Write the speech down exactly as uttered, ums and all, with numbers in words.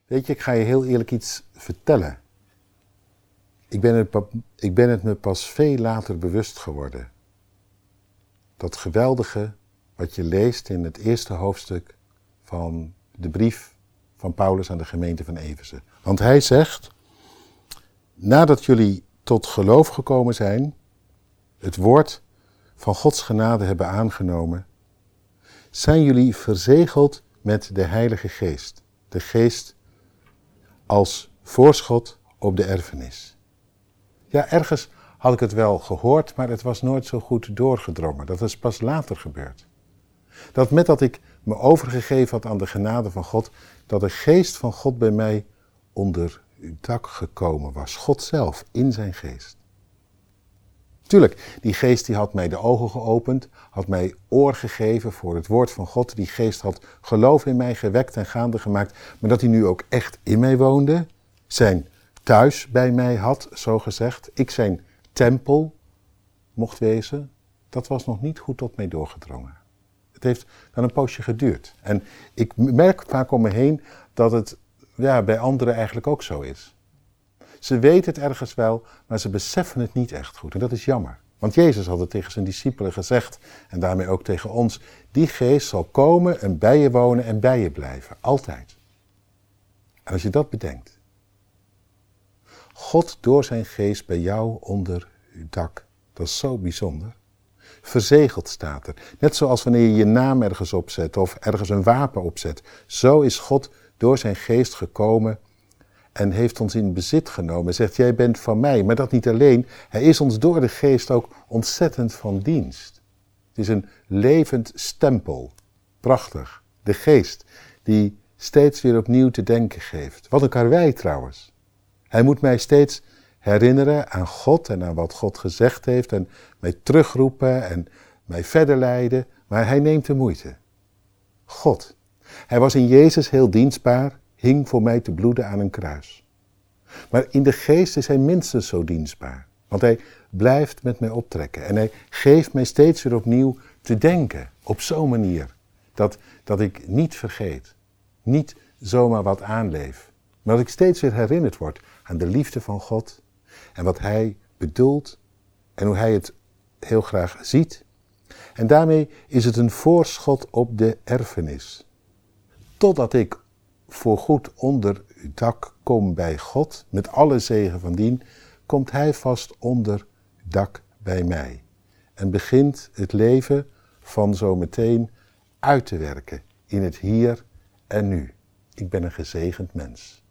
Weet je, ik ga je heel eerlijk iets vertellen. Ik ben het, ik ben het me pas veel later bewust geworden. Dat geweldige wat je leest in het eerste hoofdstuk van de brief van Paulus aan de gemeente van Efeze. Want hij zegt, nadat jullie tot geloof gekomen zijn, het woord van Gods genade hebben aangenomen, zijn jullie verzegeld met de Heilige Geest. De Geest als voorschot op de erfenis. Ja, ergens had ik het wel gehoord, maar het was nooit zo goed doorgedrongen. Dat is pas later gebeurd. Dat met dat ik me overgegeven had aan de genade van God, dat de Geest van God bij mij onder uw dak gekomen was. God zelf, in zijn geest. Tuurlijk, die geest die had mij de ogen geopend, had mij oor gegeven voor het woord van God. Die geest had geloof in mij gewekt en gaande gemaakt. Maar dat hij nu ook echt in mij woonde, zijn thuis bij mij had, zo gezegd. Ik zijn tempel mocht wezen, dat was nog niet goed tot mij doorgedrongen. Het heeft dan een poosje geduurd. En ik merk vaak om me heen dat het ja, bij anderen eigenlijk ook zo is. Ze weten het ergens wel, maar ze beseffen het niet echt goed. En dat is jammer. Want Jezus had het tegen zijn discipelen gezegd, en daarmee ook tegen ons, die geest zal komen en bij je wonen en bij je blijven. Altijd. En als je dat bedenkt. God door zijn geest bij jou onder uw dak. Dat is zo bijzonder. Verzegeld staat er. Net zoals wanneer je je naam ergens opzet of ergens een wapen opzet. Zo is God door zijn geest gekomen en heeft ons in bezit genomen. Zegt, jij bent van mij. Maar dat niet alleen. Hij is ons door de geest ook ontzettend van dienst. Het is een levend stempel. Prachtig. De geest die steeds weer opnieuw te denken geeft. Wat een karwei trouwens. Hij moet mij steeds herinneren aan God en aan wat God gezegd heeft en mij terugroepen en mij verder leiden, maar hij neemt de moeite. God. Hij was in Jezus heel dienstbaar, hing voor mij te bloeden aan een kruis. Maar in de geest is hij minstens zo dienstbaar, want hij blijft met mij optrekken en hij geeft mij steeds weer opnieuw te denken op zo'n manier dat, dat ik niet vergeet, niet zomaar wat aanleef, maar dat ik steeds weer herinnerd word aan de liefde van God en wat hij bedoelt en hoe hij het heel graag ziet. En daarmee is het een voorschot op de erfenis. Totdat ik voorgoed onder uw dak kom bij God, met alle zegen van dien, komt hij vast onder uw dak bij mij. En begint het leven van zo meteen uit te werken in het hier en nu. Ik ben een gezegend mens.